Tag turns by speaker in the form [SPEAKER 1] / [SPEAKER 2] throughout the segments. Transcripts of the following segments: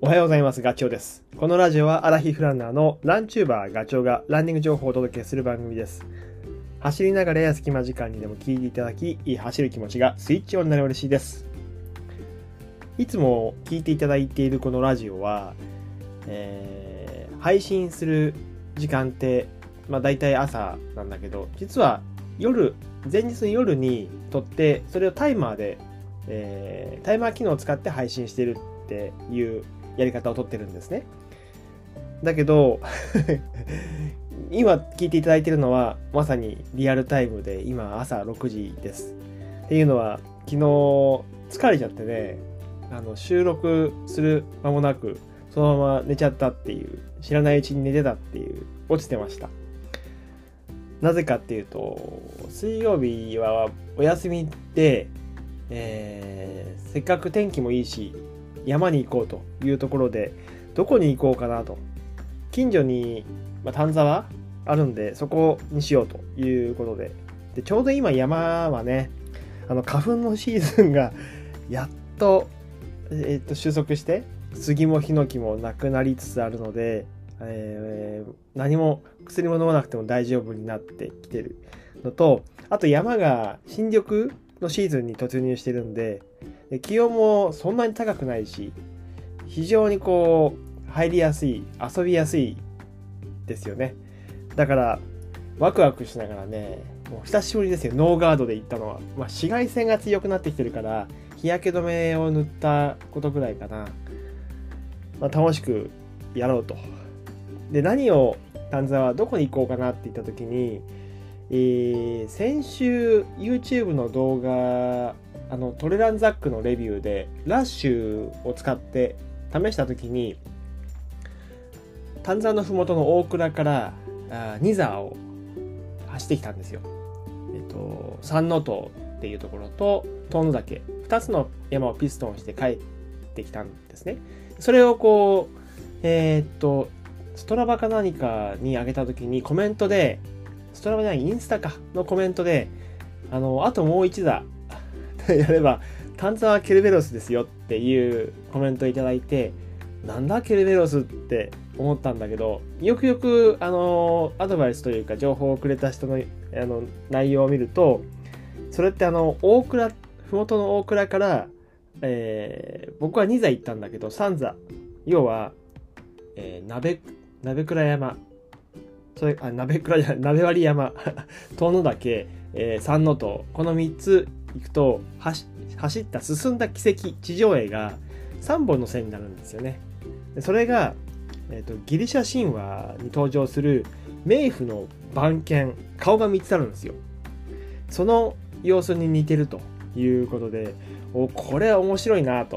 [SPEAKER 1] おはようございます。ガチョウです。このラジオはアラヒフランナーのランチューバーガチョウがランニング情報をお届けする番組です。走りながらや隙間時間にでも聞いていただき、走る気持ちがスイッチオンになれば嬉しいです。いつも聞いていただいているこのラジオは、配信する時間って、だいたい朝なんだけど、実は前日の夜に撮って、それをタイマーで、タイマー機能を使って配信しているっていうやり方をとってるんですね。だけど今聞いていただいているのはまさにリアルタイムで、今朝6時です。っていうのは昨日疲れちゃってね、収録する間もなくそのまま寝ちゃったっていう、知らないうちに寝てたっていう、落ちてました。なぜかっていうと、水曜日はお休みで、せっかく天気もいいし山に行こうというところで、どこに行こうかなと。近所に、丹沢あるんで、そこにしようということで。ちょうど今山はね、花粉のシーズンがやっと、収束して、杉もヒノキもなくなりつつあるので、何も薬も飲まなくても大丈夫になってきてるのと、あと山が新緑のシーズンに突入してるんで、気温もそんなに高くないし、非常に入りやすい、遊びやすいですよね。だからワクワクしながらね、もう久しぶりですよ、ノーガードで行ったのは。紫外線が強くなってきてるから日焼け止めを塗ったことぐらいかな。楽しくやろうと。で、何を丹沢どこに行こうかなって言った時に、先週 YouTube の動画、トレランザックのレビューでラッシュを使って試した時に、丹沢のふもとの大倉からニザを走ってきたんですよ。三ノ戸っていうところと遠野岳、2つの山をピストンして帰ってきたんですね。それをストラバか何かに上げた時にコメントで、ストラバじゃない、インスタかのコメントで、あともう一打やれば丹沢ケルベロスですよっていうコメントをいただいて、なんだケルベロスって思ったんだけど、よくよくアドバイスというか情報をくれた人の内容を見ると、それって大倉、ふもとの大倉から、僕は2座行ったんだけど、3座、要は、鍋倉山、鍋割山遠野岳、三ノ戸、この3つ行くと進んだ軌跡、地上絵が3本の線になるんですよね。でそれが、ギリシャ神話に登場する冥府の番犬、顔が3つあるんですよ。その様子に似てるということで、これは面白いなと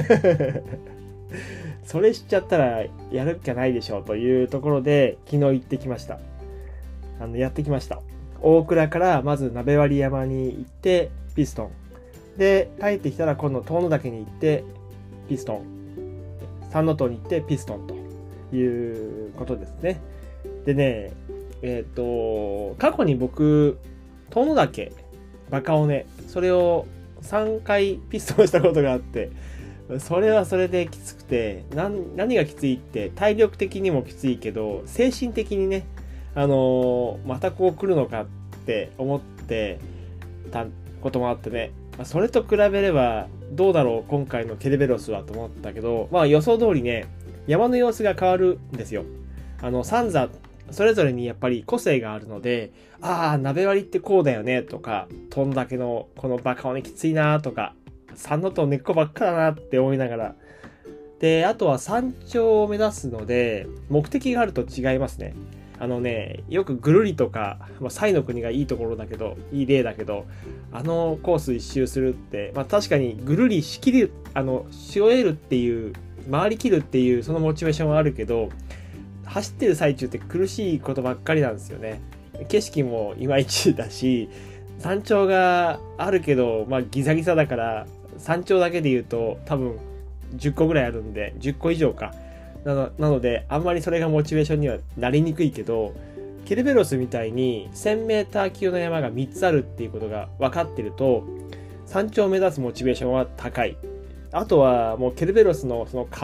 [SPEAKER 1] それ知っちゃったらやるっきゃないでしょうというところで、昨日行ってきました。やってきました。大倉からまず鍋割山に行ってピストンで、帰ってきたら今度遠野岳に行ってピストン、三ノ戸に行ってピストンということですね。でね、過去に僕遠野岳バカ尾根、それを3回ピストンしたことがあって、それはそれできつくて、何がきついって、体力的にもきついけど精神的にね、また来るのかって思ってたこともあってね、それと比べればどうだろう今回のケルベロスはと思ったけど、予想通りね、山の様子が変わるんですよ。3座それぞれにやっぱり個性があるので、鍋割りってこうだよねとか、飛んだけのこのバカ尾根きついなとか、三ノ戸根っこばっかだなって思いながら、で、あとは山頂を目指すので目的があると違いますね。よくぐるりとか、西の国がいいところだけど、いい例だけど、コース一周するって、確かにぐるりしきる、し終えるっていう、回りきるっていうそのモチベーションはあるけど、走ってる最中って苦しいことばっかりなんですよね。景色もいまいちだし、山頂があるけど、ギザギザだから、山頂だけで言うと多分10個ぐらいあるんで、10個以上か。なので、あんまりそれがモチベーションにはなりにくいけど、ケルベロスみたいに 1000m 級の山が3つあるっていうことが分かってると、山頂を目指すモチベーションは高い。あとはもうケルベロスのその顔、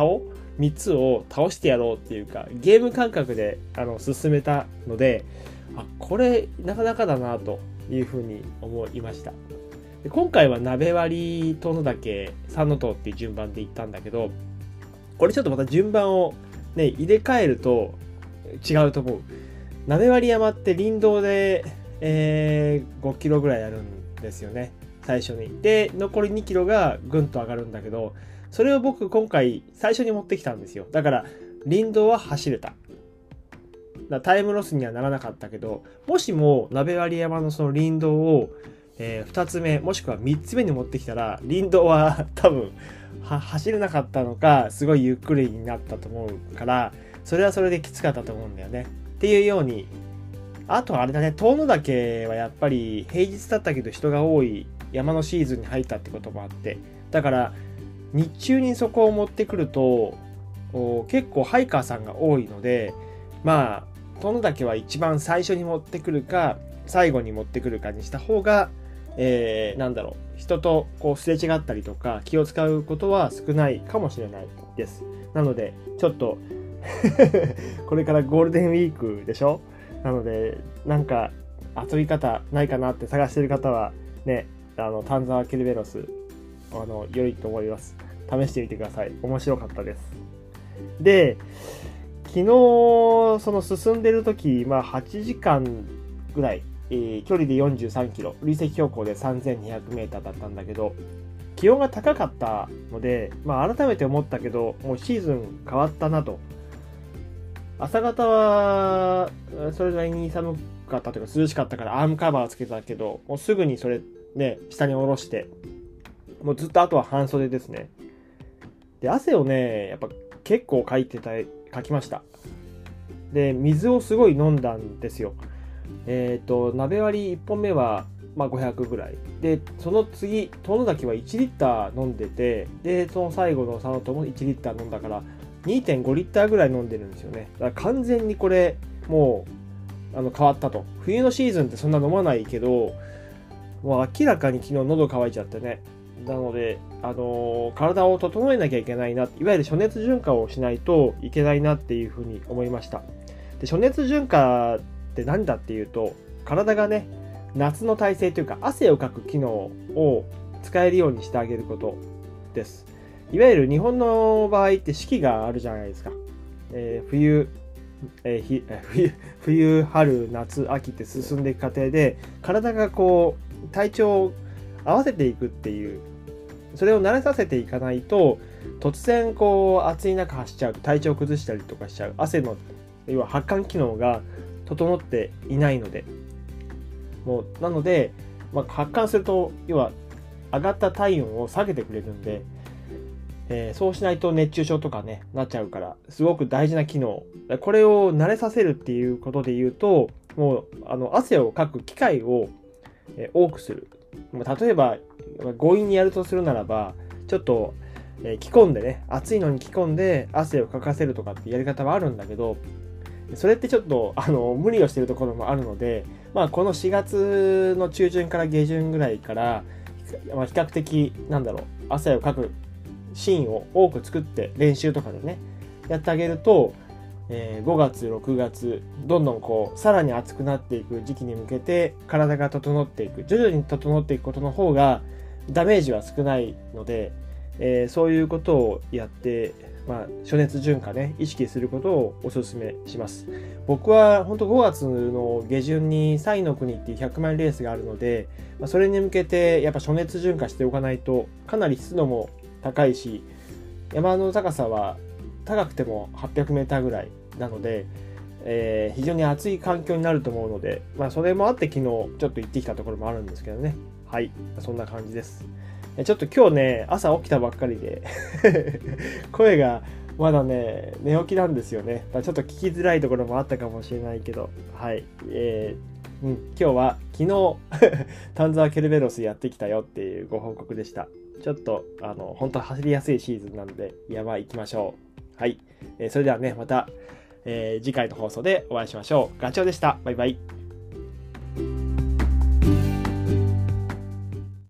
[SPEAKER 1] 3つを倒してやろうっていうか、ゲーム感覚で進めたので、これなかなかだなというふうに思いました。で今回は鍋割り、遠野岳、三の塔っていう順番で行ったんだけど、これちょっとまた順番をね、入れ替えると違うと思う。鍋割山って林道で、5キロぐらいあるんですよね、最初に。で、残り2キロがぐんと上がるんだけど、それを僕今回最初に持ってきたんですよ。だから林道は走れた。タイムロスにはならなかったけど、もしも鍋割山のその林道を、2つ目もしくは3つ目に持ってきたら、林道は多分走れなかったのか、すごいゆっくりになったと思うから、それはそれできつかったと思うんだよね。っていうように、あとはあれだね、遠野岳はやっぱり平日だったけど人が多い山のシーズンに入ったってこともあって、だから日中にそこを持ってくると結構ハイカーさんが多いので、まあ遠野岳は一番最初に持ってくるか最後に持ってくるかにした方が、人とこうすれ違ったりとか気を使うことは少ないかもしれないです。なのでちょっとこれからゴールデンウィークでしょ。なのでなんか遊び方ないかなって探してる方はね、丹沢ケルベロス良いと思います。試してみてください。面白かったです。で、昨日その進んでる時、8時間ぐらい、距離で43キロ、累積標高で3200メーターだったんだけど、気温が高かったので、改めて思ったけど、もうシーズン変わったなと。朝方はそれなりに寒かったというか涼しかったからアームカバーをつけたけど、もうすぐにそれね、下に下ろして、もうずっとあとは半袖ですね。で、汗をね、やっぱ結構かきました。で、水をすごい飲んだんですよ。鍋割り1本目は、500ぐらい。で、その次、遠野岳は1リッター飲んでて、で、その最後の佐野とも1リッター飲んだから、2.5 リッターぐらい飲んでるんですよね。だから完全にこれ、もう、変わったと。冬のシーズンってそんな飲まないけど、もう明らかに昨日喉乾いちゃってね。なので、体を整えなきゃいけないな、いわゆる暑熱順化をしないといけないなっていうふうに思いました。で、暑熱順化って何だっていうと、体がね、夏の耐性というか汗をかく機能を使えるようにしてあげることです。いわゆる日本の場合って四季があるじゃないですか。冬、春、夏、秋って進んでいく過程で、体がこう体調を合わせていくっていう、それを慣れさせていかないと、突然こう暑い中走っちゃうと体調を崩したりとかしちゃう。汗の要は発汗機能が整っていないので、もうなので、発汗すると要は上がった体温を下げてくれるんで、そうしないと熱中症とかねなっちゃうから、すごく大事な機能。これを慣れさせるっていうことで言うと、もう汗をかく機会を多くする。例えば強引にやるとするならば、ちょっと着込んでね、暑いのに着込んで汗をかかせるとかってやり方はあるんだけど、それってちょっと無理をしているところもあるので、この4月の中旬から下旬ぐらいから、比較的汗をかくシーンを多く作って練習とかでねやってあげると、5月6月どんどんこうさらに暑くなっていく時期に向けて体が整っていく、徐々に整っていくことの方がダメージは少ないので、そういうことをやって、暑熱順化ね意識することをお勧めします。僕は本当5月の下旬に彩の国っていう100マイルレースがあるので、それに向けてやっぱ暑熱順化しておかないと、かなり湿度も高いし、山の高さは高くても800メーターぐらいなので、非常に暑い環境になると思うので、それもあって昨日ちょっと行ってきたところもあるんですけどね。はい、そんな感じです。ちょっと今日ね、朝起きたばっかりで声がまだね、寝起きなんですよね。ちょっと聞きづらいところもあったかもしれないけど、はい。今日は昨日丹沢ケルベロスやってきたよっていうご報告でした。ちょっと本当走りやすいシーズンなので山行きましょう。はい、それではね、また、次回の放送でお会いしましょう。ガチョウでした。バイバイ。